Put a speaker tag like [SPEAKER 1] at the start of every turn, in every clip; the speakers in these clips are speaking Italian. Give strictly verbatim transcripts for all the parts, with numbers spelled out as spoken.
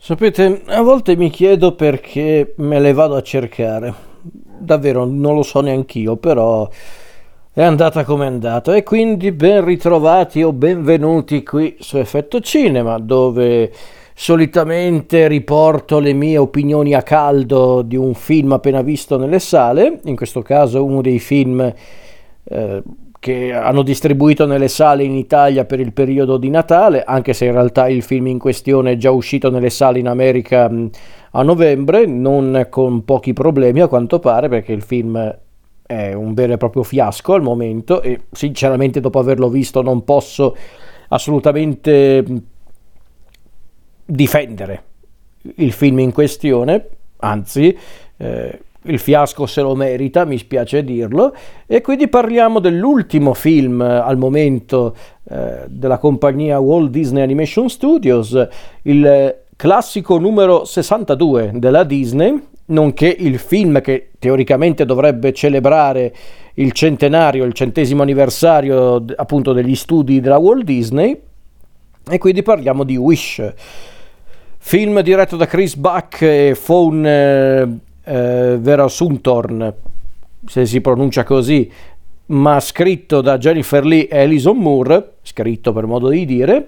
[SPEAKER 1] Sapete, a volte mi chiedo perché me le vado a cercare. Davvero, non lo so neanch'io, però è andata come è andata. E quindi ben ritrovati o benvenuti qui su Effetto Cinema, dove solitamente riporto le mie opinioni a caldo di un film appena visto nelle sale. In questo caso uno dei film eh, che hanno distribuito nelle sale in Italia per il periodo di Natale, anche se in realtà il film in questione è già uscito nelle sale in America mh, a novembre, non con pochi problemi a quanto pare, perché il film è un vero e proprio fiasco al momento e sinceramente dopo averlo visto non posso assolutamente mh, difendere il film in questione, anzi eh, il fiasco se lo merita, mi spiace dirlo, e quindi parliamo dell'ultimo film eh, al momento eh, della compagnia Walt Disney Animation Studios, il eh, classico numero sessantadue della Disney, nonché il film che teoricamente dovrebbe celebrare il centenario, il centesimo anniversario d- appunto degli studi della Walt Disney, e quindi parliamo di Wish, film diretto da Chris Buck e Fawn eh, eh, Vera Suntorn, se si pronuncia così, ma scritto da Jennifer Lee e Alison Moore, scritto per modo di dire.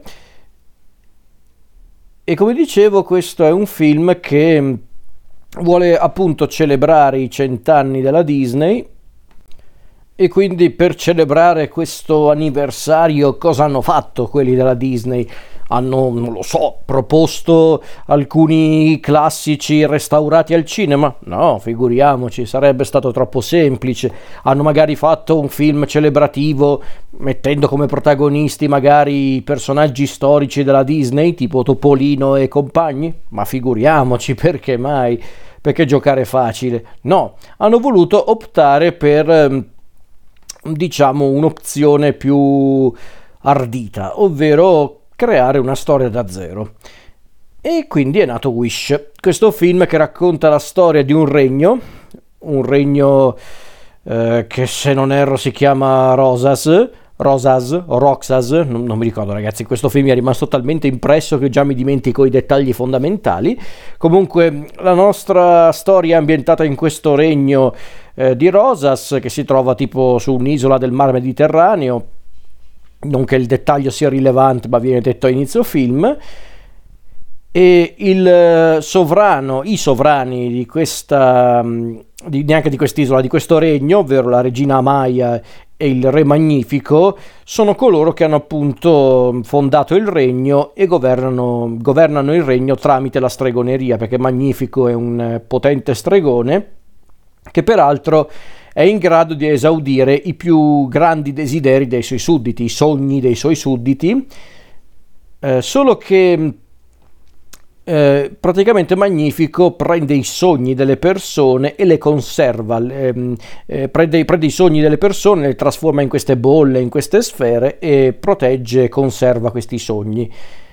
[SPEAKER 1] E come dicevo, questo è un film che vuole appunto celebrare i cent'anni della Disney, e quindi per celebrare questo anniversario cosa hanno fatto quelli della Disney? Hanno, non lo so, proposto alcuni classici restaurati al cinema? No, figuriamoci, sarebbe stato troppo semplice. Hanno magari fatto un film celebrativo mettendo come protagonisti magari i personaggi storici della Disney, tipo Topolino e compagni? Ma figuriamoci, perché mai? Perché giocare facile? No, hanno voluto optare per, diciamo, un'opzione più ardita, ovvero creare una storia da zero. E quindi è nato Wish, questo film che racconta la storia di un regno, un regno eh, che se non erro si chiama Rosas, Rosas o Roxas, non, non mi ricordo ragazzi, questo film mi è rimasto talmente impresso che già mi dimentico i dettagli fondamentali. Comunque la nostra storia è ambientata in questo regno eh, di Rosas, che si trova tipo su un'isola del mar Mediterraneo. Non che il dettaglio sia rilevante, ma viene detto a inizio film. E il sovrano, i sovrani di questa, di, neanche di quest'isola, di questo regno, ovvero la regina Amaya e il re Magnifico, sono coloro che hanno appunto fondato il regno e governano, governano il regno tramite la stregoneria, perché Magnifico è un potente stregone che peraltro è in grado di esaudire i più grandi desideri dei suoi sudditi, i sogni dei suoi sudditi, eh, solo che eh, praticamente Magnifico prende i sogni delle persone e le conserva, ehm, eh, prende, prende i sogni delle persone, le trasforma in queste bolle, in queste sfere e protegge e conserva questi sogni.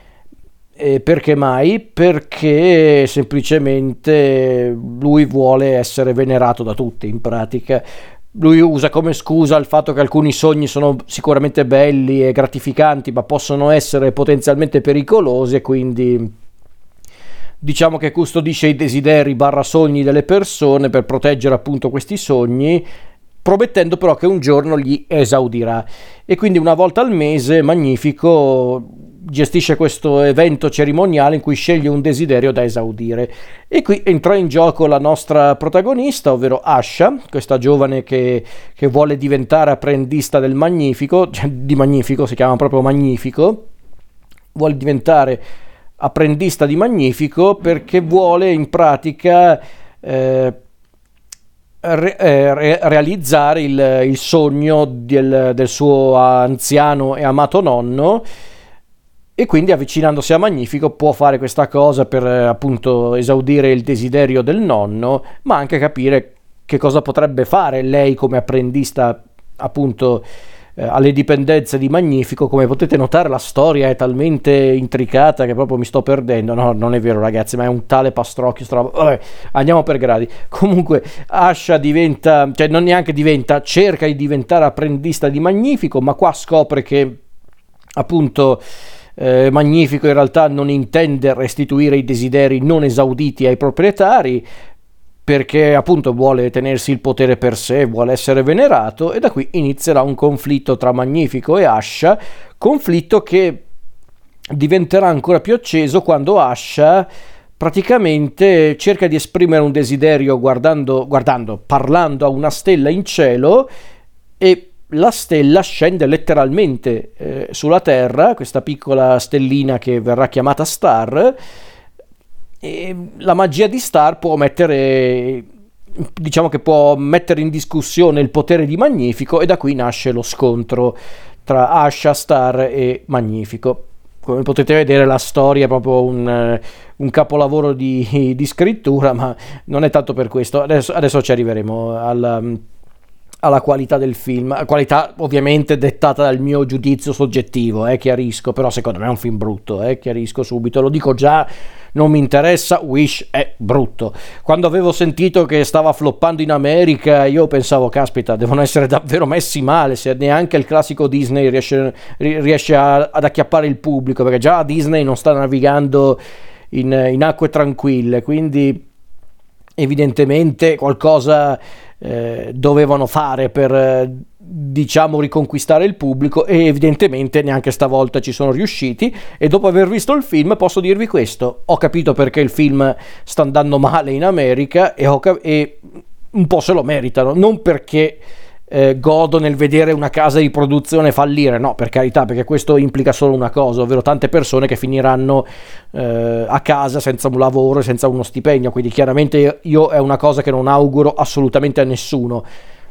[SPEAKER 1] E perché mai? Perché semplicemente lui vuole essere venerato da tutti, in pratica. Lui usa come scusa il fatto che alcuni sogni sono sicuramente belli e gratificanti, ma possono essere potenzialmente pericolosi, e quindi diciamo che custodisce i desideri barra sogni delle persone per proteggere appunto questi sogni, promettendo però che un giorno li esaudirà. E quindi una volta al mese Magnifico gestisce questo evento cerimoniale in cui sceglie un desiderio da esaudire, e qui entra in gioco la nostra protagonista, ovvero Asha, questa giovane che, che vuole diventare apprendista del Magnifico, cioè di Magnifico, si chiama proprio Magnifico, vuole diventare apprendista di Magnifico perché vuole in pratica eh, Re, eh, realizzare il, il sogno del, del suo anziano e amato nonno, e quindi avvicinandosi a Magnifico può fare questa cosa per eh, appunto esaudire il desiderio del nonno, ma anche capire che cosa potrebbe fare lei come apprendista appunto eh, alle dipendenze di Magnifico. Come potete notare la storia è talmente intricata che proprio mi sto perdendo. No, non è vero ragazzi, ma è un tale pastrocchio. Stra... Vabbè, andiamo per gradi. Comunque Asha diventa, cioè non neanche diventa, cerca di diventare apprendista di Magnifico, ma qua scopre che appunto eh, Magnifico in realtà non intende restituire i desideri non esauditi ai proprietari, perché appunto vuole tenersi il potere per sé, vuole essere venerato, e da qui inizierà un conflitto tra Magnifico e Asha, conflitto che diventerà ancora più acceso quando Asha praticamente cerca di esprimere un desiderio guardando, guardando, parlando a una stella in cielo, e la stella scende letteralmente eh, sulla Terra, questa piccola stellina che verrà chiamata Star. E la magia di Star può mettere, diciamo che può mettere in discussione il potere di Magnifico, e da qui nasce lo scontro tra Asha, Star e Magnifico. Come potete vedere, la storia è proprio un, un capolavoro di, di scrittura, ma non è tanto per questo. Adesso, adesso ci arriveremo alla, alla qualità del film, qualità ovviamente dettata dal mio giudizio soggettivo, eh, chiarisco, però secondo me è un film brutto, eh, chiarisco subito, lo dico già. Non mi interessa, Wish è brutto. Quando avevo sentito che stava floppando in America, io pensavo, caspita, devono essere davvero messi male se neanche il classico Disney riesce, riesce a, ad acchiappare il pubblico, perché già Disney non sta navigando in, in acque tranquille, quindi evidentemente qualcosa eh, dovevano fare per eh, diciamo riconquistare il pubblico, e evidentemente neanche stavolta ci sono riusciti. E dopo aver visto il film posso dirvi questo: ho capito perché il film sta andando male in America, e, ho cap- e un po' se lo meritano, non perché eh, godo nel vedere una casa di produzione fallire, no, per carità, perché questo implica solo una cosa, ovvero tante persone che finiranno eh, a casa senza un lavoro e senza uno stipendio, quindi chiaramente io è una cosa che non auguro assolutamente a nessuno.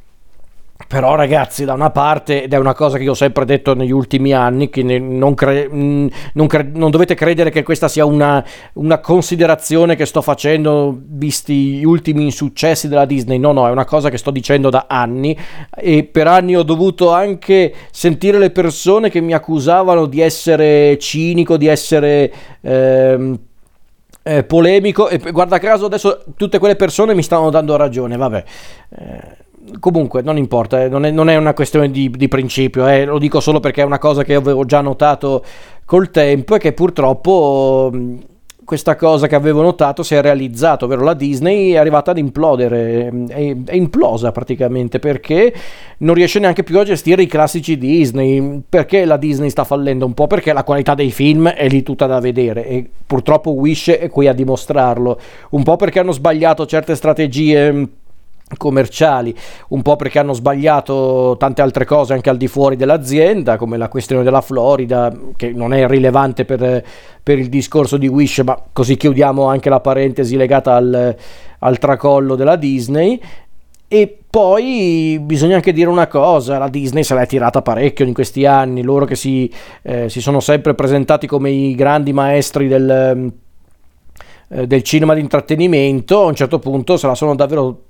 [SPEAKER 1] Però ragazzi, da una parte, ed è una cosa che io ho sempre detto negli ultimi anni, che non, cre- non, cre- non dovete credere che questa sia una, una considerazione che sto facendo visti gli ultimi insuccessi della Disney, no no, è una cosa che sto dicendo da anni, e per anni ho dovuto anche sentire le persone che mi accusavano di essere cinico, di essere ehm, eh, polemico, e guarda caso adesso tutte quelle persone mi stanno dando ragione, vabbè. Eh, Comunque non importa, non è, non è una questione di, di principio, eh, lo dico solo perché è una cosa che avevo già notato col tempo, e che purtroppo mh, questa cosa che avevo notato si è realizzato, ovvero la Disney è arrivata ad implodere, è, è implosa praticamente, perché non riesce neanche più a gestire i classici Disney. Perché la Disney sta fallendo? Un po' perché la qualità dei film è lì tutta da vedere, e purtroppo Wish è qui a dimostrarlo, un po' perché hanno sbagliato certe strategie commerciali, un po' perché hanno sbagliato tante altre cose anche al di fuori dell'azienda, come la questione della Florida, che non è rilevante per, per il discorso di Wish, ma così chiudiamo anche la parentesi legata al, al tracollo della Disney. E poi bisogna anche dire una cosa: la Disney se l'è tirata parecchio in questi anni, loro che si, eh, si sono sempre presentati come i grandi maestri del, eh, del cinema di intrattenimento, a un certo punto se la sono davvero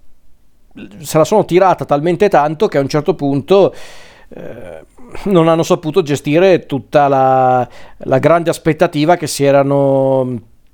[SPEAKER 1] se la sono tirata talmente tanto che a un certo punto eh, non hanno saputo gestire tutta la, la grande aspettativa che si erano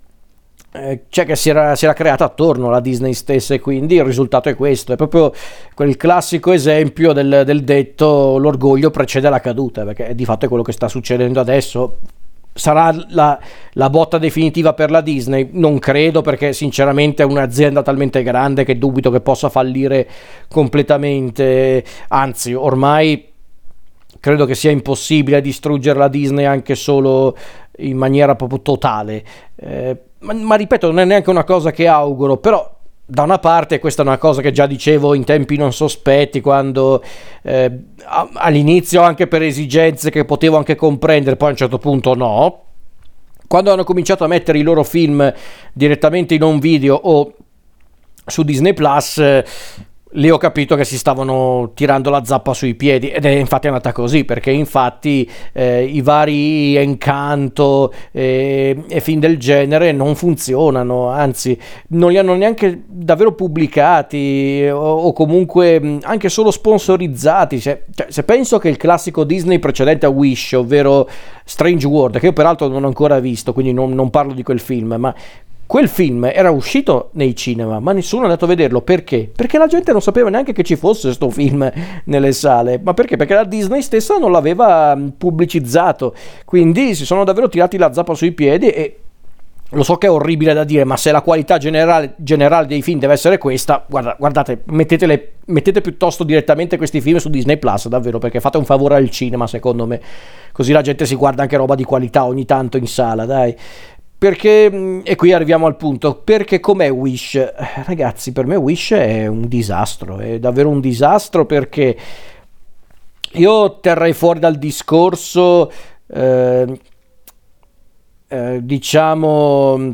[SPEAKER 1] eh, cioè che si era, si era creata attorno alla Disney stessa, e quindi il risultato è questo. È proprio quel classico esempio del, del detto l'orgoglio precede la caduta, perché di fatto è quello che sta succedendo adesso. Sarà la, la botta definitiva per la Disney? Non credo, perché sinceramente è un'azienda talmente grande che dubito che possa fallire completamente, anzi ormai credo che sia impossibile distruggere la Disney anche solo in maniera proprio totale, eh, ma, ma ripeto, non è neanche una cosa che auguro, però da una parte questa è una cosa che già dicevo in tempi non sospetti, quando eh, all'inizio, anche per esigenze che potevo anche comprendere, poi a un certo punto no, quando hanno cominciato a mettere i loro film direttamente in home video o su Disney Plus, eh, lì ho capito che si stavano tirando la zappa sui piedi, ed è infatti andata così, perché infatti eh, i vari Encanto eh, e film del genere non funzionano, anzi non li hanno neanche davvero pubblicati o, o comunque anche solo sponsorizzati. Se, cioè, se penso che il classico Disney precedente a Wish, ovvero Strange World, che io peraltro non ho ancora visto, quindi non, non parlo di quel film, ma quel film era uscito nei cinema, ma nessuno è andato a vederlo. Perché? Perché la gente non sapeva neanche che ci fosse sto film nelle sale. Ma perché? Perché la Disney stessa non l'aveva pubblicizzato. Quindi si sono davvero tirati la zappa sui piedi. E lo so che è orribile da dire, ma se la qualità generale, generale dei film deve essere questa, guarda, guardate, mettetele, mettete piuttosto direttamente questi film su Disney Plus, davvero, perché fate un favore al cinema, secondo me. Così la gente si guarda anche roba di qualità ogni tanto in sala, dai. Perché, e qui arriviamo al punto, perché com'è Wish? Ragazzi, per me Wish è un disastro, è davvero un disastro, perché io terrei fuori dal discorso, eh, eh, diciamo...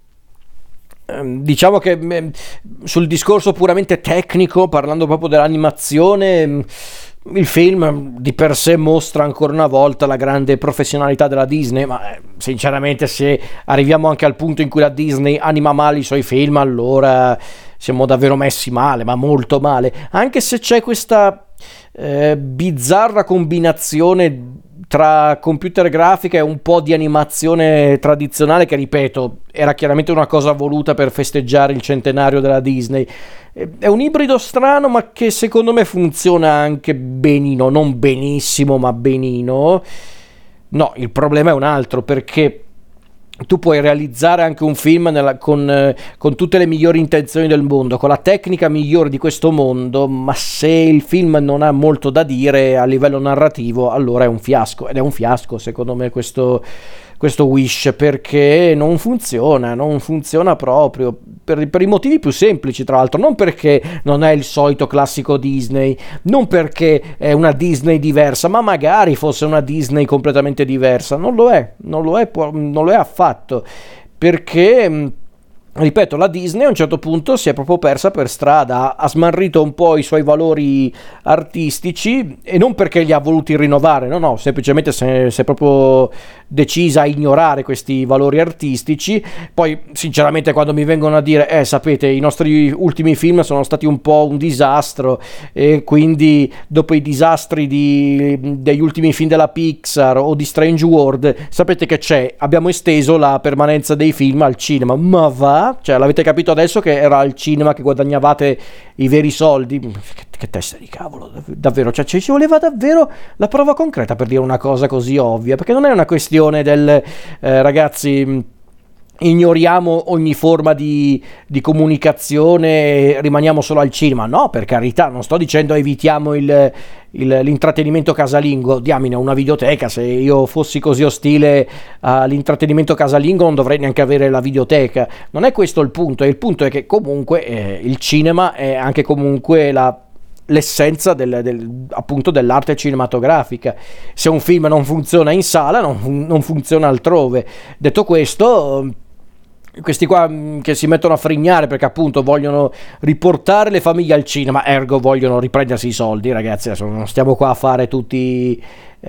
[SPEAKER 1] Diciamo che eh, sul discorso puramente tecnico, parlando proprio dell'animazione, il film di per sé mostra ancora una volta la grande professionalità della Disney, ma eh, sinceramente se arriviamo anche al punto in cui la Disney anima male i suoi film, allora siamo davvero messi male, ma molto male, anche se c'è questa eh, bizzarra combinazione tra computer grafica e un po' di animazione tradizionale che, ripeto, era chiaramente una cosa voluta per festeggiare il centenario della Disney. È un ibrido strano, ma che secondo me funziona anche benino, non benissimo, ma benino. No, il problema è un altro, perché tu puoi realizzare anche un film nella, con, eh, con tutte le migliori intenzioni del mondo, con la tecnica migliore di questo mondo, ma se il film non ha molto da dire a livello narrativo, allora è un fiasco. Ed è un fiasco, secondo me, questo, questo Wish, perché non funziona, non funziona proprio, per, per i motivi più semplici, tra l'altro, non perché non è il solito classico Disney, non perché è una Disney diversa, ma magari fosse una Disney completamente diversa. Non lo è, non lo è, non lo è affatto, perché, ripeto, la Disney a un certo punto si è proprio persa per strada, ha smarrito un po' i suoi valori artistici, e non perché li ha voluti rinnovare, no, no, semplicemente si è, si è proprio decisa a ignorare questi valori artistici. Poi sinceramente quando mi vengono a dire eh sapete i nostri ultimi film sono stati un po' un disastro, e quindi dopo i disastri di, degli ultimi film della Pixar o di Strange World, sapete che c'è, abbiamo esteso la permanenza dei film al cinema. Ma va? Cioè, l'avete capito adesso che era al cinema che guadagnavate i veri soldi? Che, che testa di cavolo, davvero, cioè ci voleva davvero la prova concreta per dire una cosa così ovvia, perché non è una questione del eh, ragazzi, ignoriamo ogni forma di, di comunicazione, rimaniamo solo al cinema. No, per carità, non sto dicendo evitiamo il, il, l'intrattenimento casalingo, diamine, una videoteca. Se io fossi così ostile all'intrattenimento casalingo non dovrei neanche avere la videoteca. Non è questo il punto, il punto è che comunque eh, il cinema è anche comunque la l'essenza del, del, appunto dell'arte cinematografica. Se un film non funziona in sala, non, non funziona altrove. Detto questo, questi qua che si mettono a frignare perché appunto vogliono riportare le famiglie al cinema, ergo vogliono riprendersi i soldi, ragazzi, adesso non stiamo qua a fare tutti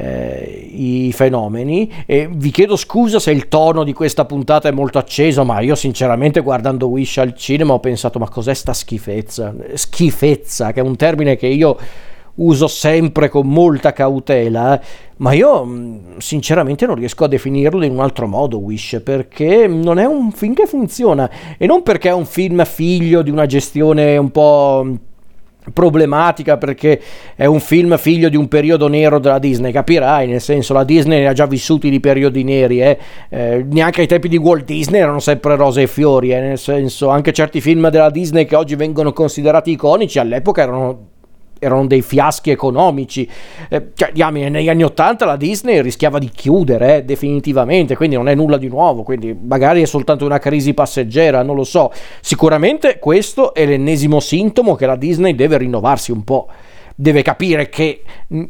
[SPEAKER 1] eh, i fenomeni, e vi chiedo scusa se il tono di questa puntata è molto acceso, ma io sinceramente guardando Wish al cinema ho pensato: ma cos'è sta schifezza? Schifezza, che è un termine che io uso sempre con molta cautela, ma io sinceramente non riesco a definirlo in un altro modo Wish, perché non è un film che funziona, e non perché è un film figlio di una gestione un po' problematica, perché è un film figlio di un periodo nero della Disney, capirai, nel senso, la Disney ne ha già vissuti di periodi neri, eh? Eh, neanche ai tempi di Walt Disney erano sempre rose e fiori, eh? Nel senso, anche certi film della Disney che oggi vengono considerati iconici all'epoca erano erano dei fiaschi economici, eh, cioè, diamine, negli anni ottanta la Disney rischiava di chiudere eh, definitivamente, quindi non è nulla di nuovo, quindi magari è soltanto una crisi passeggera, non lo so. Sicuramente questo è l'ennesimo sintomo che la Disney deve rinnovarsi un po', deve capire che mh,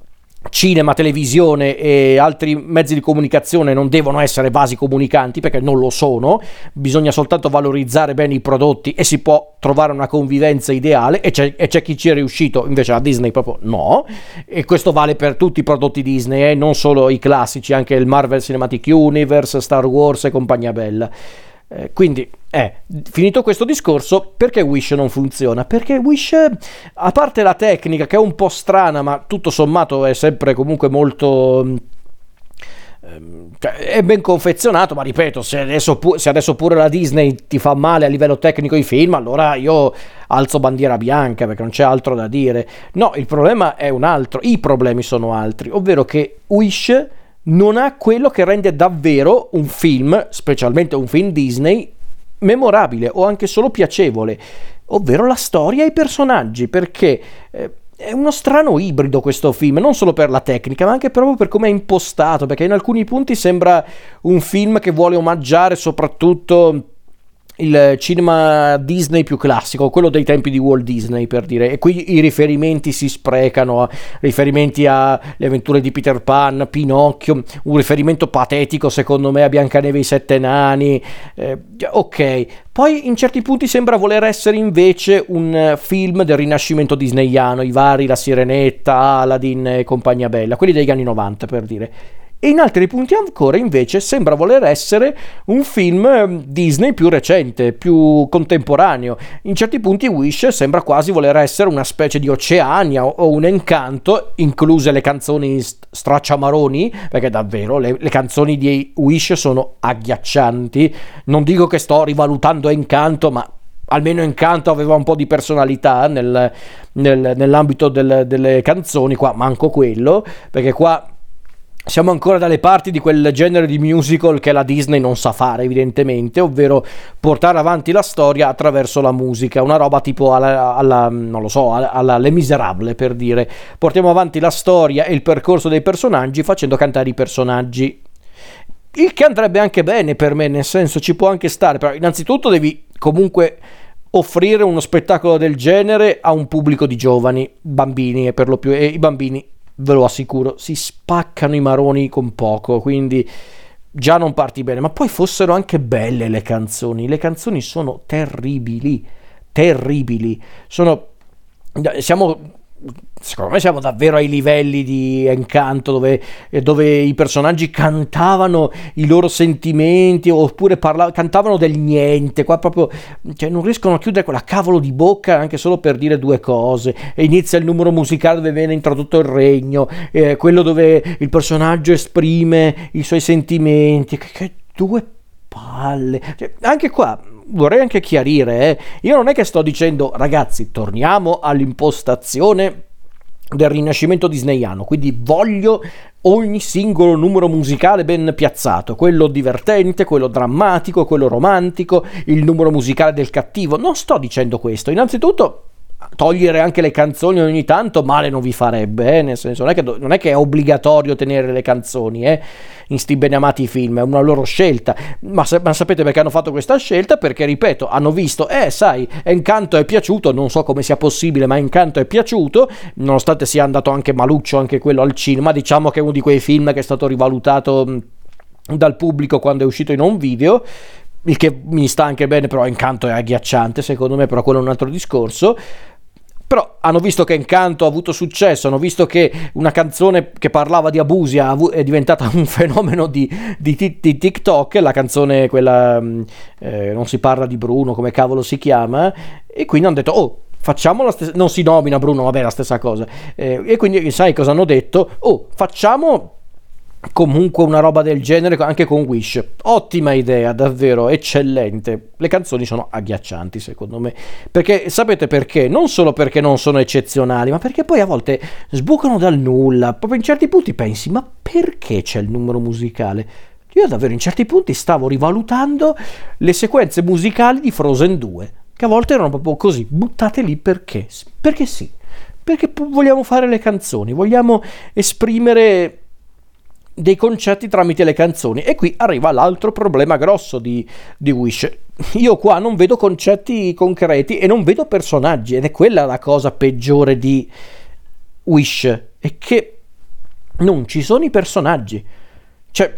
[SPEAKER 1] cinema, televisione e altri mezzi di comunicazione non devono essere vasi comunicanti, perché non lo sono. Bisogna soltanto valorizzare bene i prodotti e si può trovare una convivenza ideale, e c'è, e c'è chi ci è riuscito, invece la Disney proprio no, e questo vale per tutti i prodotti Disney, eh, non solo i classici, anche il Marvel Cinematic Universe, Star Wars e compagnia bella. Eh, quindi, eh, finito questo discorso, perché Wish non funziona? Perché Wish, a parte la tecnica che è un po' strana, ma tutto sommato è sempre comunque molto Cioè, è ben confezionato, ma ripeto, se adesso, pu- se adesso pure la Disney ti fa male a livello tecnico i film, allora io alzo bandiera bianca, perché non c'è altro da dire. No, il problema è un altro, i problemi sono altri, ovvero che Wish non ha quello che rende davvero un film, specialmente un film Disney, memorabile o anche solo piacevole, ovvero la storia e i personaggi, perché eh, è uno strano ibrido questo film, non solo per la tecnica, ma anche proprio per come è impostato, perché in alcuni punti sembra un film che vuole omaggiare soprattutto il cinema Disney più classico, quello dei tempi di Walt Disney, per dire, e qui i riferimenti si sprecano, riferimenti alle avventure di Peter Pan, Pinocchio, un riferimento patetico secondo me a Biancaneve e i Sette Nani, eh, ok, poi in certi punti sembra voler essere invece un film del rinascimento disneyano, i vari La Sirenetta, Aladdin e compagnia bella, quelli degli anni novanta, per dire. E in altri punti ancora invece sembra voler essere un film Disney più recente, più contemporaneo. In certi punti Wish sembra quasi voler essere una specie di Oceania o un Encanto, incluse le canzoni stracciamaroni, perché davvero le, le canzoni di Wish sono agghiaccianti. Non dico che sto rivalutando Encanto, ma almeno Encanto aveva un po' di personalità nel, nel, nell'ambito del, delle canzoni, qua manco quello, perché qua siamo ancora dalle parti di quel genere di musical che la Disney non sa fare evidentemente, ovvero portare avanti la storia attraverso la musica, una roba tipo alla, alla non lo so, alla, alla Les Miserables, per dire. Portiamo avanti la storia e il percorso dei personaggi facendo cantare i personaggi, il che andrebbe anche bene per me, nel senso ci può anche stare, però innanzitutto devi comunque offrire uno spettacolo del genere a un pubblico di giovani, bambini e per lo più, e i bambini, ve lo assicuro, si spaccano i maroni con poco, quindi già non parti bene. Ma poi fossero anche belle le canzoni, le canzoni sono terribili, terribili, sono, siamo, secondo me siamo davvero ai livelli di Encanto, dove, dove i personaggi cantavano i loro sentimenti, oppure parla, cantavano del niente. Qua proprio, cioè, non riescono a chiudere quella cavolo di bocca anche solo per dire due cose, e inizia il numero musicale dove viene introdotto il regno, eh, quello dove il personaggio esprime i suoi sentimenti. Che, che due palle, cioè, anche qua vorrei anche chiarire, eh. Io non è che sto dicendo ragazzi torniamo all'impostazione del rinascimento disneyano, quindi voglio ogni singolo numero musicale ben piazzato, quello divertente, quello drammatico, quello romantico, il numero musicale del cattivo. Non sto dicendo questo. Innanzitutto togliere anche le canzoni ogni tanto male non vi farebbe, eh? Nel senso non è, che, non è che è obbligatorio tenere le canzoni eh? in sti beneamati film, è una loro scelta, ma, ma sapete perché hanno fatto questa scelta? Perché ripeto, hanno visto, eh sai, Encanto è piaciuto, non so come sia possibile, ma Encanto è piaciuto, nonostante sia andato anche maluccio anche quello al cinema, diciamo che è uno di quei film che è stato rivalutato dal pubblico quando è uscito in home video, il che mi sta anche bene, però Encanto è agghiacciante secondo me, però quello è un altro discorso. Però hanno visto che Encanto ha avuto successo, hanno visto che una canzone che parlava di abusi è diventata un fenomeno di, di, di TikTok, la canzone quella eh, non si parla di Bruno, come cavolo si chiama, e quindi hanno detto oh, facciamo la stessa, non si nomina Bruno, vabbè la stessa cosa, eh, e quindi sai cosa hanno detto? Oh, facciamo comunque una roba del genere anche con Wish. Ottima idea, davvero eccellente. Le canzoni sono agghiaccianti secondo me, perché sapete perché? Non solo perché non sono eccezionali, ma perché poi a volte sbucano dal nulla. Proprio in certi punti pensi, ma perché c'è il numero musicale? Io davvero in certi punti stavo rivalutando le sequenze musicali di Frozen due, che a volte erano proprio così, buttate lì perché? Perché sì, perché vogliamo fare le canzoni, vogliamo esprimere dei concetti tramite le canzoni. E qui arriva l'altro problema grosso di, di Wish. Io qua non vedo concetti concreti e non vedo personaggi, ed è quella la cosa peggiore di Wish, è che non ci sono i personaggi. Cioè,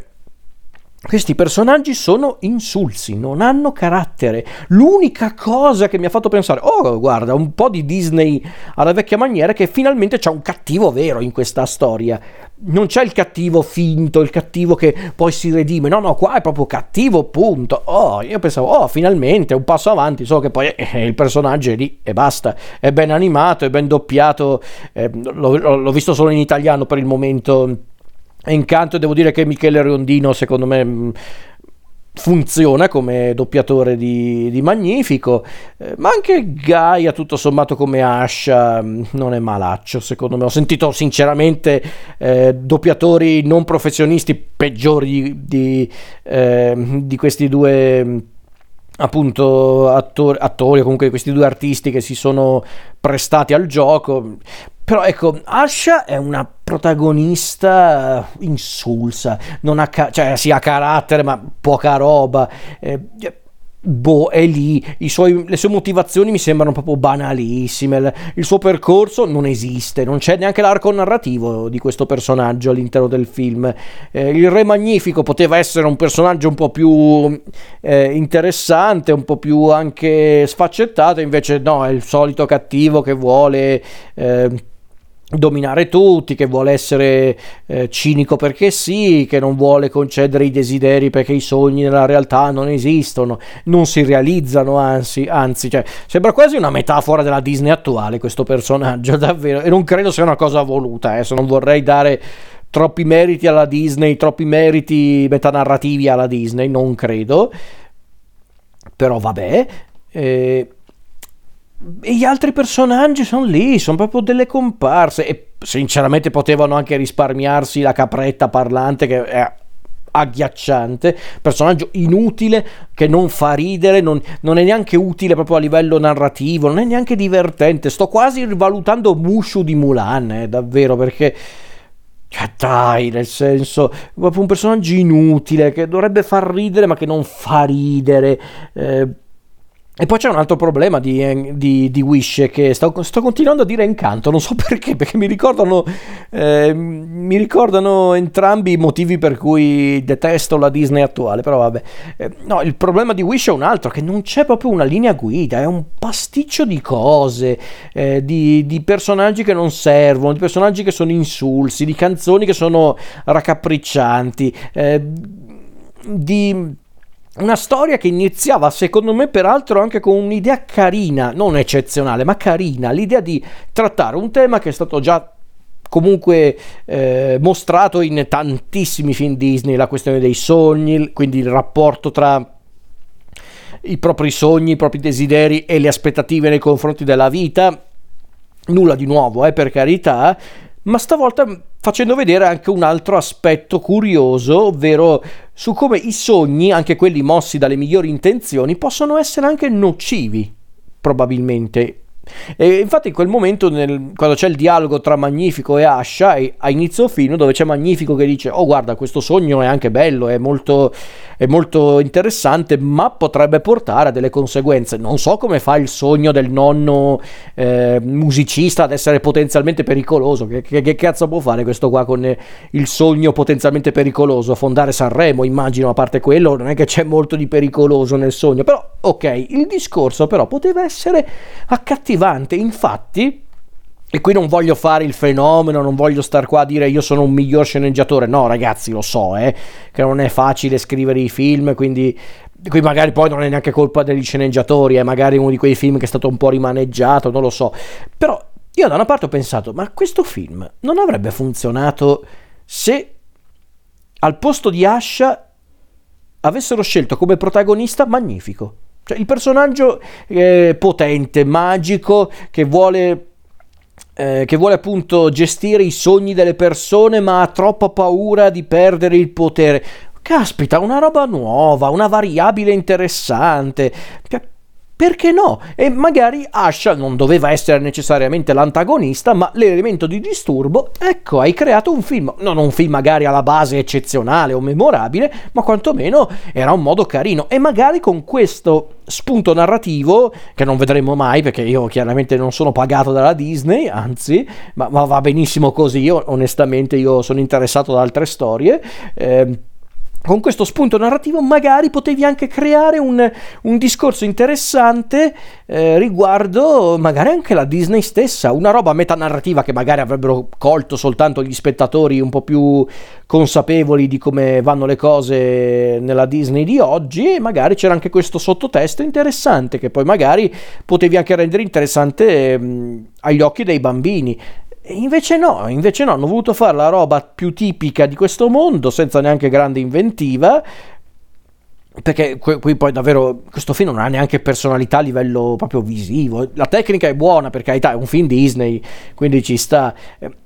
[SPEAKER 1] questi personaggi sono insulsi, non hanno carattere. L'unica cosa che mi ha fatto pensare, oh guarda, un po' di Disney alla vecchia maniera, è che finalmente c'è un cattivo vero in questa storia. Non c'è il cattivo finto, il cattivo che poi si redime, no no, qua è proprio cattivo, punto. Oh, io pensavo, oh finalmente un passo avanti, solo che poi eh, il personaggio è lì e basta, è ben animato, è ben doppiato, eh, l'ho, l'ho visto solo in italiano per il momento Encanto, devo dire che Michele Riondino secondo me mh, funziona come doppiatore di, di Magnifico, eh, ma anche Gaia tutto sommato come Asha mh, non è malaccio secondo me. Ho sentito sinceramente eh, doppiatori non professionisti peggiori di, di, eh, di questi due mh, appunto attori, attori o comunque questi due artisti che si sono prestati al gioco. Però ecco, Asha è una protagonista insulsa, non ha, ca- cioè sì ha carattere ma poca roba, eh, boh, è lì, I suoi, le sue motivazioni mi sembrano proprio banalissime, il suo percorso non esiste, non c'è neanche l'arco narrativo di questo personaggio all'interno del film. Eh, il Re Magnifico poteva essere un personaggio un po' più eh, interessante, un po' più anche sfaccettato, invece no, è il solito cattivo che vuole eh, dominare tutti, che vuole essere eh, cinico perché sì, che non vuole concedere i desideri perché i sogni nella realtà non esistono, non si realizzano, anzi, anzi cioè, sembra quasi una metafora della Disney attuale questo personaggio, davvero, e non credo sia una cosa voluta, adesso non vorrei dare troppi meriti alla Disney, troppi meriti metanarrativi alla Disney, non credo, però vabbè. eh, E gli altri personaggi sono lì, sono proprio delle comparse e sinceramente potevano anche risparmiarsi la capretta parlante che è agghiacciante, personaggio inutile che non fa ridere, non, non è neanche utile proprio a livello narrativo, non è neanche divertente. Sto quasi rivalutando Mushu di Mulan, eh, davvero, perché cioè, dai, nel senso, proprio un personaggio inutile che dovrebbe far ridere ma che non fa ridere. eh, E poi c'è un altro problema di, di, di Wish, che sto, sto continuando a dire Encanto, non so perché, perché mi ricordano, eh, mi ricordano entrambi i motivi per cui detesto la Disney attuale, però vabbè. Eh, no, il problema di Wish è un altro, che non c'è proprio una linea guida, è un pasticcio di cose, eh, di, di personaggi che non servono, di personaggi che sono insulsi, di canzoni che sono raccapriccianti, eh, di... Una storia che iniziava, secondo me, peraltro anche con un'idea carina, non eccezionale, ma carina, l'idea di trattare un tema che è stato già comunque eh, mostrato in tantissimi film Disney, la questione dei sogni, quindi il rapporto tra i propri sogni, i propri desideri e le aspettative nei confronti della vita. Nulla di nuovo, eh, per carità, ma stavolta facendo vedere anche un altro aspetto curioso, ovvero su come i sogni, anche quelli mossi dalle migliori intenzioni, possono essere anche nocivi, probabilmente. E infatti in quel momento, nel, quando c'è il dialogo tra Magnifico e Asha, e a inizio film, dove c'è Magnifico che dice oh guarda, questo sogno è anche bello, è molto, è molto interessante, ma potrebbe portare a delle conseguenze. Non so come fa il sogno del nonno eh, musicista ad essere potenzialmente pericoloso. Che, che, che cazzo può fare questo qua con eh, il sogno potenzialmente pericoloso? Fondare Sanremo, immagino. A parte quello, non è che c'è molto di pericoloso nel sogno, però ok, il discorso però poteva essere accattivante. Infatti, e qui non voglio fare il fenomeno, non voglio star qua a dire io sono un miglior sceneggiatore, no ragazzi, lo so, eh, che non è facile scrivere i film, quindi qui magari poi non è neanche colpa degli sceneggiatori, è magari uno di quei film che è stato un po' rimaneggiato, non lo so, però io da una parte ho pensato, ma questo film non avrebbe funzionato se al posto di Asha avessero scelto come protagonista Magnifico. Cioè il personaggio eh, potente, magico, che vuole, eh, che vuole appunto gestire i sogni delle persone, ma ha troppa paura di perdere il potere. Caspita, una roba nuova, una variabile interessante. Perché no? E magari Asha non doveva essere necessariamente l'antagonista, ma l'elemento di disturbo. Ecco, hai creato un film, non un film magari alla base eccezionale o memorabile, ma quantomeno era un modo carino. E magari con questo spunto narrativo, che non vedremo mai, perché io chiaramente non sono pagato dalla Disney, anzi, ma, ma va benissimo così. Io onestamente io sono interessato da altre storie. Eh, Con questo spunto narrativo magari potevi anche creare un, un discorso interessante eh, riguardo magari anche la Disney stessa, una roba metanarrativa che magari avrebbero colto soltanto gli spettatori un po' più consapevoli di come vanno le cose nella Disney di oggi, e magari c'era anche questo sottotesto interessante che poi magari potevi anche rendere interessante mh, agli occhi dei bambini. E invece no, invece no, hanno voluto fare la roba più tipica di questo mondo, senza neanche grande inventiva, perché qui poi davvero questo film non ha neanche personalità a livello proprio visivo. La tecnica è buona, per carità, è un film Disney, quindi ci sta,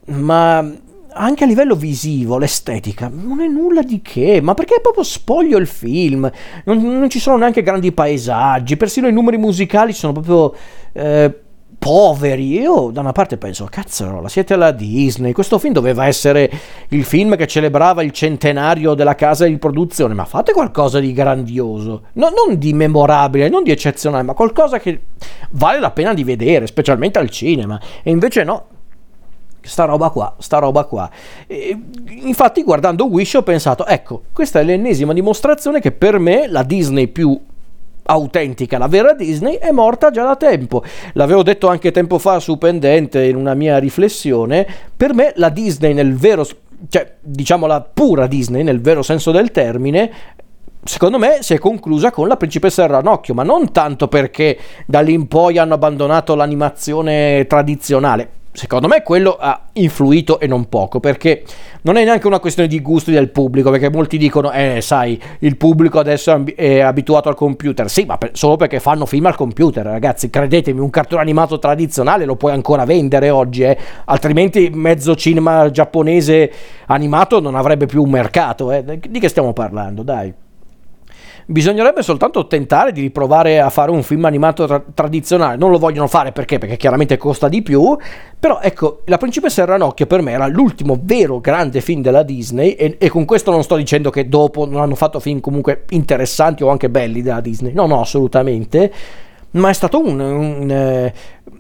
[SPEAKER 1] ma anche a livello visivo l'estetica non è nulla di che, ma perché è proprio spoglio il film, non, non ci sono neanche grandi paesaggi, persino i numeri musicali sono proprio eh, poveri. Io da una parte penso, cazzarola, siete alla Disney, questo film doveva essere il film che celebrava il centenario della casa di produzione, ma fate qualcosa di grandioso, no, non di memorabile, non di eccezionale, ma qualcosa che vale la pena di vedere, specialmente al cinema. E invece no, sta roba qua, sta roba qua. E infatti guardando Wish ho pensato, ecco, questa è l'ennesima dimostrazione che per me la Disney più autentica, la vera Disney, è morta già da tempo. L'avevo detto anche tempo fa su Pendente in una mia riflessione. Per me la Disney nel vero, cioè diciamo la pura Disney nel vero senso del termine, secondo me si è conclusa con La Principessa del Ranocchio, ma non tanto perché da lì in poi hanno abbandonato l'animazione tradizionale. Secondo me quello ha influito e non poco, perché non è neanche una questione di gusti del pubblico, perché molti dicono, eh sai, il pubblico adesso è, amb- è abituato al computer. Sì, ma per- solo perché fanno film al computer, ragazzi, credetemi, un cartone animato tradizionale lo puoi ancora vendere oggi, eh? Altrimenti mezzo cinema giapponese animato non avrebbe più un mercato, eh? Di che stiamo parlando, dai? Bisognerebbe soltanto tentare di riprovare a fare un film animato tra- tradizionale. Non lo vogliono fare perché? Perché chiaramente costa di più. Però ecco, La Principessa del Ranocchio per me era l'ultimo vero grande film della Disney, e, e con questo non sto dicendo che dopo non hanno fatto film comunque interessanti o anche belli della Disney. No, no, assolutamente. Ma è stato un... un eh,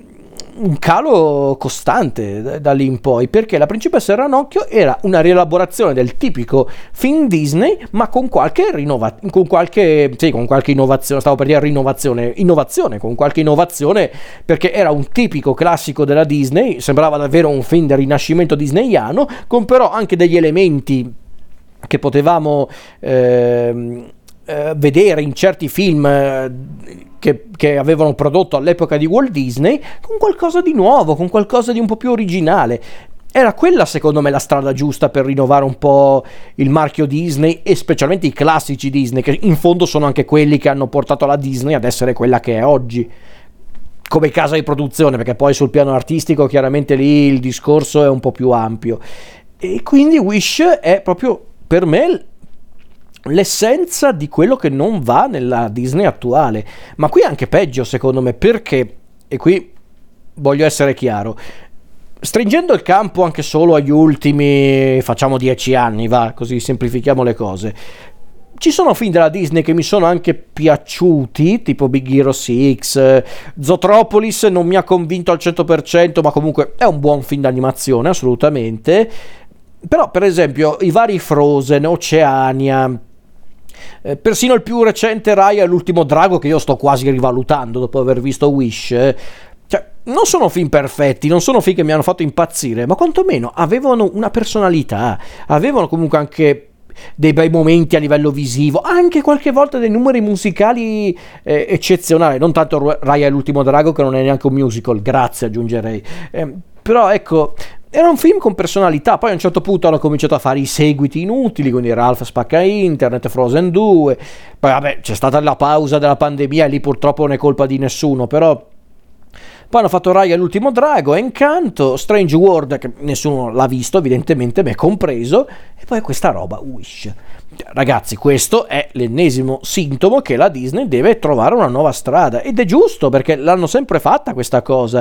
[SPEAKER 1] un calo costante da lì in poi, perché La Principessa del Ranocchio era una rielaborazione del tipico film Disney, ma con qualche rinnovazione, con qualche sì, con qualche innovazione, stavo per dire rinnovazione, innovazione, con qualche innovazione, perché era un tipico classico della Disney, sembrava davvero un film del rinascimento disneyano, con però anche degli elementi che potevamo ehm, eh, vedere in certi film eh, Che, che avevano prodotto all'epoca di Walt Disney, con qualcosa di nuovo, con qualcosa di un po' più originale. Era quella secondo me la strada giusta per rinnovare un po' il marchio Disney, e specialmente i classici Disney, che in fondo sono anche quelli che hanno portato la Disney ad essere quella che è oggi come casa di produzione, perché poi sul piano artistico chiaramente lì il discorso è un po' più ampio. E quindi Wish è proprio per me l'essenza di quello che non va nella Disney attuale. Ma qui è anche peggio secondo me, perché, e qui voglio essere chiaro, stringendo il campo anche solo agli ultimi, facciamo dieci anni, va, così semplifichiamo le cose, ci sono film della Disney che mi sono anche piaciuti, tipo Big Hero sei, Zootropolis non mi ha convinto al cento per cento, ma comunque è un buon film d'animazione, assolutamente. Però per esempio i vari Frozen, Oceania, Eh, persino il più recente Raya e l'ultimo drago, che io sto quasi rivalutando dopo aver visto Wish, eh, cioè non sono film perfetti, non sono film che mi hanno fatto impazzire, ma quantomeno avevano una personalità, avevano comunque anche dei bei momenti a livello visivo, anche qualche volta dei numeri musicali eh, eccezionali, non tanto Raya e l'ultimo drago, che non è neanche un musical, grazie aggiungerei, eh, però ecco, era un film con personalità. Poi a un certo punto hanno cominciato a fare i seguiti inutili, quindi Ralph spacca internet, Frozen due, poi vabbè c'è stata la pausa della pandemia e lì purtroppo non è colpa di nessuno, però poi hanno fatto Raya l'ultimo drago, Encanto, Strange World, che nessuno l'ha visto evidentemente, me compreso, e poi questa roba Wish. Ragazzi, questo è l'ennesimo sintomo che la Disney deve trovare una nuova strada, ed è giusto, perché l'hanno sempre fatta questa cosa,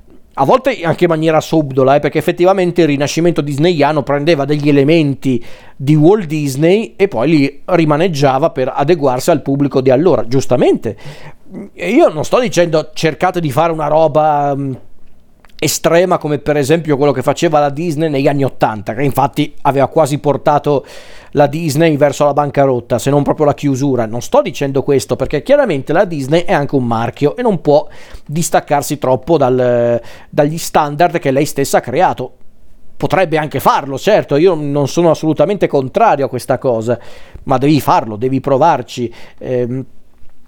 [SPEAKER 1] a volte anche in maniera subdola, eh, perché effettivamente il rinascimento disneyano prendeva degli elementi di Walt Disney e poi li rimaneggiava per adeguarsi al pubblico di allora, giustamente. Io non sto dicendo cercate di fare una roba mh, estrema come per esempio quello che faceva la Disney negli anni ottanta, che infatti aveva quasi portato la Disney verso la bancarotta, se non proprio la chiusura. Non sto dicendo questo, perché chiaramente la Disney è anche un marchio e non può distaccarsi troppo dal, dagli standard che lei stessa ha creato. Potrebbe anche farlo, certo, io non sono assolutamente contrario a questa cosa, ma devi farlo, devi provarci. Ehm,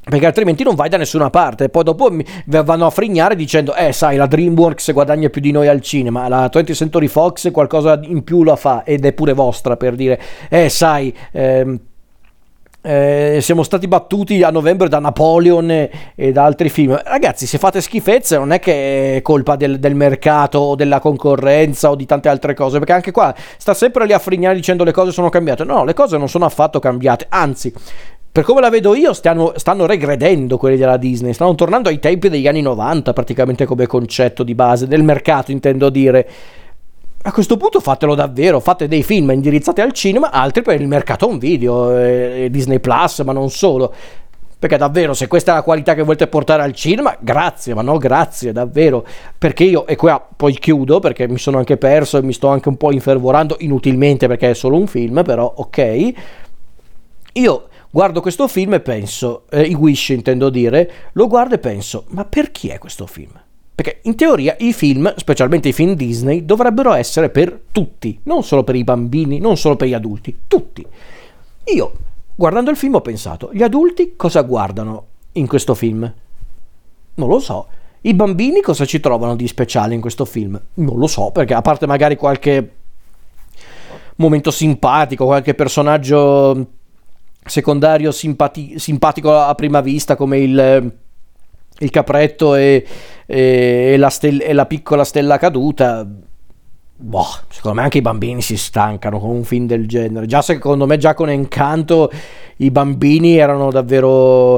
[SPEAKER 1] perché altrimenti non vai da nessuna parte. Poi dopo mi vanno a frignare dicendo eh sai, la DreamWorks guadagna più di noi al cinema, la twentieth Century Fox qualcosa in più la fa ed è pure vostra, per dire eh sai ehm, Eh, siamo stati battuti a novembre da Napoleon e, e da altri film. Ragazzi, se fate schifezze non è che è colpa del, del mercato o della concorrenza o di tante altre cose, perché anche qua sta sempre lì a frignare dicendo le cose sono cambiate. No, le cose non sono affatto cambiate, anzi, per come la vedo io stanno, stanno regredendo quelli della Disney, stanno tornando ai tempi degli anni novanta praticamente come concetto di base del mercato, intendo dire. A questo punto fatelo davvero, fate dei film indirizzati al cinema, altri per il mercato home video, eh, Disney Plus, ma non solo. Perché davvero, se questa è la qualità che volete portare al cinema, grazie, ma no grazie, davvero. Perché io, e qua poi chiudo, perché mi sono anche perso e mi sto anche un po' infervorando inutilmente perché è solo un film, però ok. Io guardo questo film e penso, eh, i Wish intendo dire, lo guardo e penso, ma per chi è questo film? Perché in teoria i film, specialmente i film Disney, dovrebbero essere per tutti, non solo per i bambini, non solo per gli adulti, tutti. Io, guardando il film, ho pensato, gli adulti cosa guardano in questo film? Non lo so. I bambini cosa ci trovano di speciale in questo film? Non lo so, perché a parte magari qualche momento simpatico, qualche personaggio secondario simpati- simpatico a prima vista, come il... il capretto e, e, e, la stel- e la piccola stella caduta, boh, secondo me anche i bambini si stancano con un film del genere. Già secondo me, già con Encanto i bambini erano davvero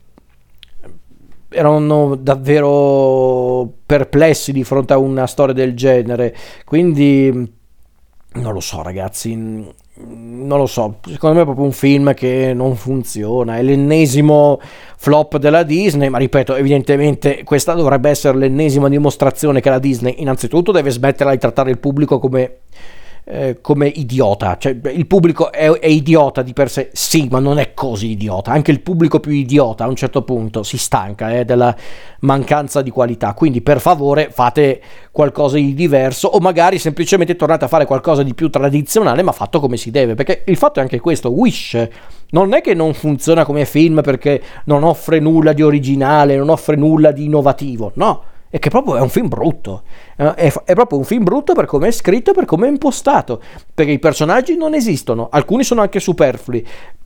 [SPEAKER 1] erano davvero perplessi di fronte a una storia del genere, quindi non lo so ragazzi, non lo so, secondo me è proprio un film che non funziona, è l'ennesimo flop della Disney, ma ripeto, evidentemente questa dovrebbe essere l'ennesima dimostrazione che la Disney innanzitutto deve smetterla di trattare il pubblico come eh, come idiota, cioè il pubblico è, è idiota di per sé, sì, ma non è così idiota, anche il pubblico più idiota a un certo punto si stanca eh, della mancanza di qualità, quindi per favore fate qualcosa di diverso o magari semplicemente tornate a fare qualcosa di più tradizionale ma fatto come si deve, perché il fatto è anche questo, Wish non è che non funziona come film perché non offre nulla di originale, non offre nulla di innovativo, no, è che proprio è un film brutto, è, è proprio un film brutto per come è scritto e per come è impostato, perché i personaggi non esistono, alcuni sono anche superflui,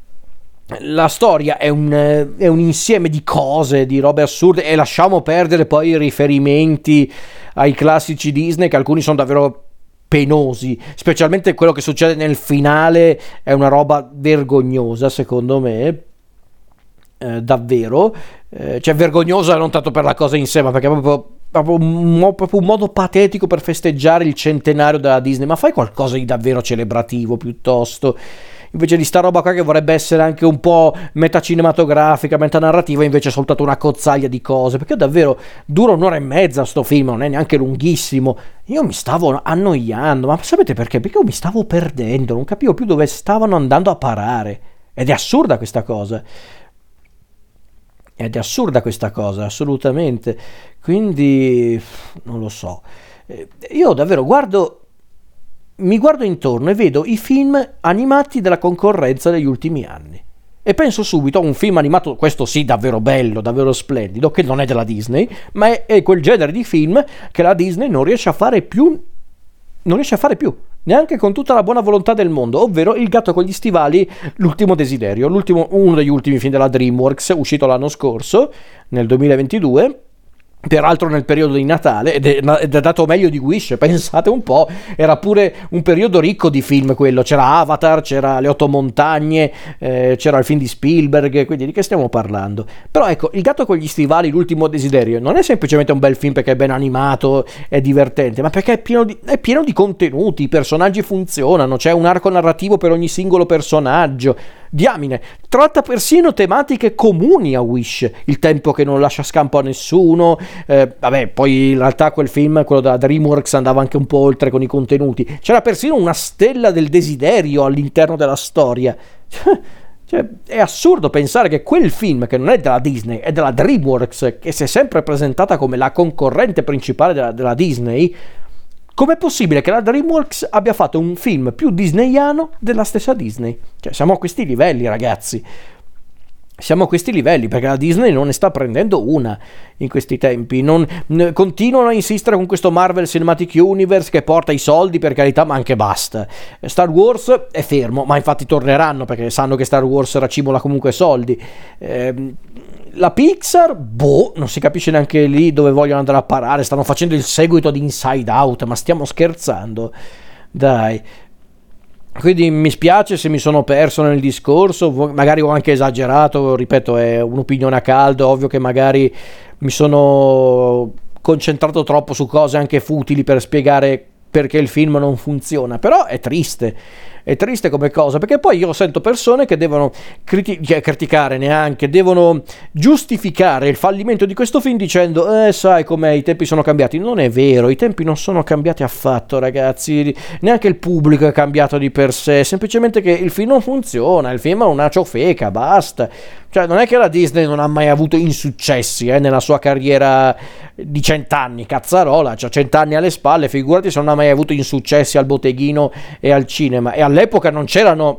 [SPEAKER 1] la storia è un, è un insieme di cose, di robe assurde, e lasciamo perdere poi i riferimenti ai classici Disney, che alcuni sono davvero penosi, specialmente quello che succede nel finale è una roba vergognosa secondo me, eh, davvero, eh, cioè vergognosa non tanto per la cosa in sé, ma perché è proprio, proprio, un, proprio un modo patetico per festeggiare il centenario della Disney, ma fai qualcosa di davvero celebrativo piuttosto, invece di sta roba qua che vorrebbe essere anche un po' metacinematografica, metanarrativa, invece è soltanto una cozzaglia di cose, perché davvero dura un'ora e mezza sto film, non è neanche lunghissimo, io mi stavo annoiando, ma sapete perché? Perché io mi stavo perdendo, non capivo più dove stavano andando a parare, ed è assurda questa cosa, ed è assurda questa cosa, assolutamente, quindi non lo so, io davvero guardo... mi guardo intorno e vedo i film animati della concorrenza degli ultimi anni e penso subito a un film animato, questo sì, davvero bello, davvero splendido, che non è della Disney, ma è, è quel genere di film che la Disney non riesce a fare più, non riesce a fare più, neanche con tutta la buona volontà del mondo, ovvero Il gatto con gli stivali, l'ultimo desiderio, l'ultimo, uno degli ultimi film della DreamWorks, uscito l'anno scorso, nel duemilaventidue, peraltro nel periodo di Natale, ed è, ed è dato meglio di Wish, pensate un po', era pure un periodo ricco di film quello, c'era Avatar, c'era Le Otto Montagne, eh, c'era il film di Spielberg, quindi di che stiamo parlando? Però ecco, Il gatto con gli stivali, l'ultimo desiderio, non è semplicemente un bel film perché è ben animato, è divertente, ma perché è pieno di, è pieno di contenuti, i personaggi funzionano, c'è un arco narrativo per ogni singolo personaggio, diamine, tratta persino tematiche comuni a Wish, il tempo che non lascia scampo a nessuno, eh, vabbè, poi in realtà quel film, quello da DreamWorks, andava anche un po' oltre con i contenuti, c'era persino una stella del desiderio all'interno della storia, cioè, è assurdo pensare che quel film, che non è della Disney, è della DreamWorks, che si è sempre presentata come la concorrente principale della, della Disney, com'è possibile che la DreamWorks abbia fatto un film più disneyano della stessa Disney? Cioè, siamo a questi livelli, ragazzi. Siamo a questi livelli perché la Disney non ne sta prendendo una in questi tempi. Non, n- continuano a insistere con questo Marvel Cinematic Universe che porta i soldi, per carità, ma anche basta. Star Wars è fermo, ma infatti torneranno perché sanno che Star Wars racimola comunque soldi. Ehm, la Pixar, boh, non si capisce neanche lì dove vogliono andare a parare. Stanno facendo il seguito di Inside Out, ma stiamo scherzando? Dai. Quindi mi spiace se mi sono perso nel discorso, magari ho anche esagerato, ripeto, è un'opinione a caldo, ovvio che magari mi sono concentrato troppo su cose anche futili per spiegare perché il film non funziona, però è triste. È triste come cosa, perché poi io sento persone che devono criti- cioè, criticare, neanche, devono giustificare il fallimento di questo film dicendo eh sai com'è, i tempi sono cambiati. Non è vero, i tempi non sono cambiati affatto, ragazzi, neanche il pubblico è cambiato di per sé, semplicemente che il film non funziona, il film è una ciofeca, basta. Cioè non è che la Disney non ha mai avuto insuccessi eh, nella sua carriera di cent'anni, cazzarola, c'ha cent'anni alle spalle, figurati se non ha mai avuto insuccessi al botteghino e al cinema, e all'epoca non c'erano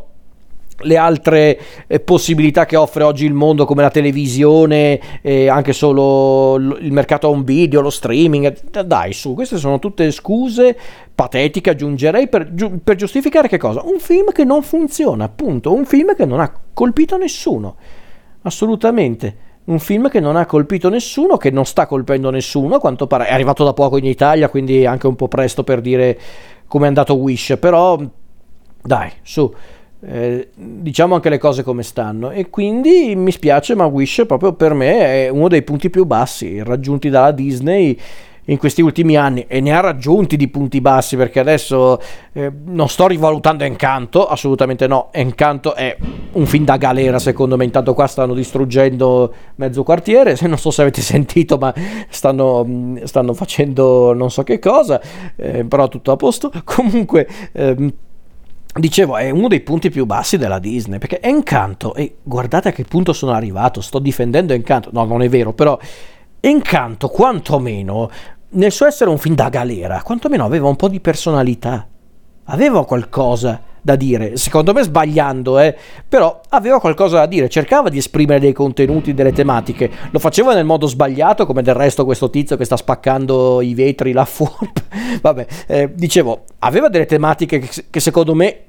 [SPEAKER 1] le altre eh, possibilità che offre oggi il mondo come la televisione, eh, anche solo l- il mercato home video, lo streaming. Dai su, queste sono tutte scuse patetiche, aggiungerei, per, giu- per giustificare che cosa? Un film che non funziona, appunto, un film che non ha colpito nessuno, assolutamente. Un film che non ha colpito nessuno, che non sta colpendo nessuno, a quanto pare. È arrivato da poco in Italia, quindi è anche un po' presto per dire come è andato Wish, però dai, su, eh, diciamo anche le cose come stanno. E quindi mi spiace, ma Wish proprio per me è uno dei punti più bassi raggiunti dalla Disney in questi ultimi anni, e ne ha raggiunti di punti bassi, perché adesso eh, non sto rivalutando Encanto, assolutamente no. Encanto è un film da galera secondo me. Intanto qua stanno distruggendo mezzo quartiere, se non so se avete sentito, ma stanno, stanno facendo non so che cosa, eh, però tutto a posto. Comunque ehm, dicevo, è uno dei punti più bassi della Disney, perché Encanto, e guardate a che punto sono arrivato, sto difendendo Encanto, no, non è vero, però Encanto quantomeno nel suo essere un film da galera, quantomeno aveva un po' di personalità, aveva qualcosa da dire, secondo me sbagliando, eh, però aveva qualcosa da dire, cercava di esprimere dei contenuti, delle tematiche, lo faceva nel modo sbagliato, come del resto questo tizio che sta spaccando i vetri là fuori. Vabbè, eh, dicevo, aveva delle tematiche che, che secondo me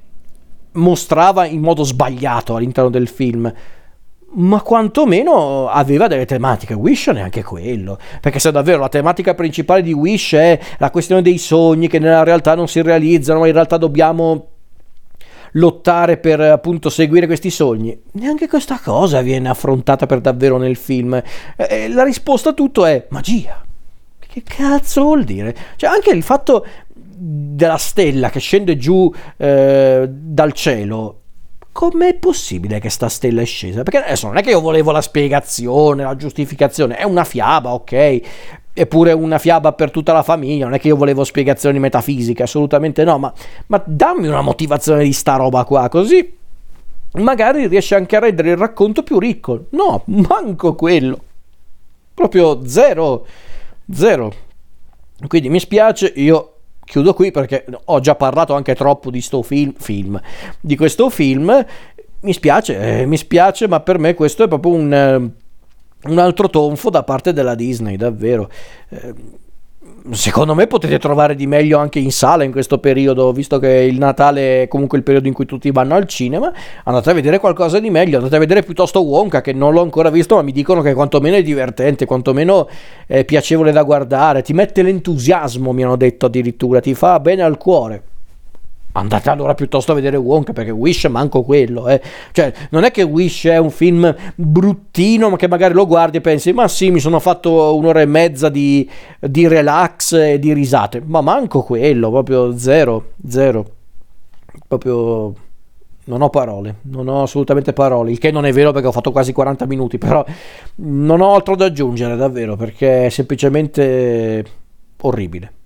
[SPEAKER 1] mostrava in modo sbagliato all'interno del film, ma quantomeno aveva delle tematiche. Wish neanche quello, perché se davvero la tematica principale di Wish è la questione dei sogni che nella realtà non si realizzano, ma in realtà dobbiamo lottare per appunto seguire questi sogni, neanche questa cosa viene affrontata per davvero nel film. E la risposta a tutto è magia. Che cazzo vuol dire? Cioè anche il fatto della stella che scende giù eh, dal cielo, com'è possibile che sta stella è scesa? Perché adesso non è che io volevo la spiegazione, la giustificazione, è una fiaba, ok, eppure una fiaba per tutta la famiglia, non è che io volevo spiegazioni metafisiche, assolutamente no, ma, ma dammi una motivazione di sta roba qua, così magari riesce anche a rendere il racconto più ricco. No, manco quello, proprio zero, zero. Quindi mi spiace, io chiudo qui perché ho già parlato anche troppo di sto film, film di questo film. Mi spiace, eh, mi spiace, ma per me questo è proprio un, eh, un altro tonfo da parte della Disney, davvero. Eh, secondo me potete trovare di meglio anche in sala in questo periodo, visto che il Natale è comunque il periodo in cui tutti vanno al cinema. Andate a vedere qualcosa di meglio, andate a vedere piuttosto Wonka, che non l'ho ancora visto, ma mi dicono che quantomeno è divertente, quantomeno è piacevole da guardare, ti mette l'entusiasmo, mi hanno detto addirittura, ti fa bene al cuore. Andate allora piuttosto a vedere Wonka, perché Wish manco quello, eh. Cioè non è che Wish è un film bruttino, ma che magari lo guardi e pensi ma sì, mi sono fatto un'ora e mezza di, di relax e di risate, ma manco quello, proprio zero, zero, proprio non ho parole, non ho assolutamente parole, il che non è vero perché ho fatto quasi quaranta minuti, però non ho altro da aggiungere davvero, perché è semplicemente orribile.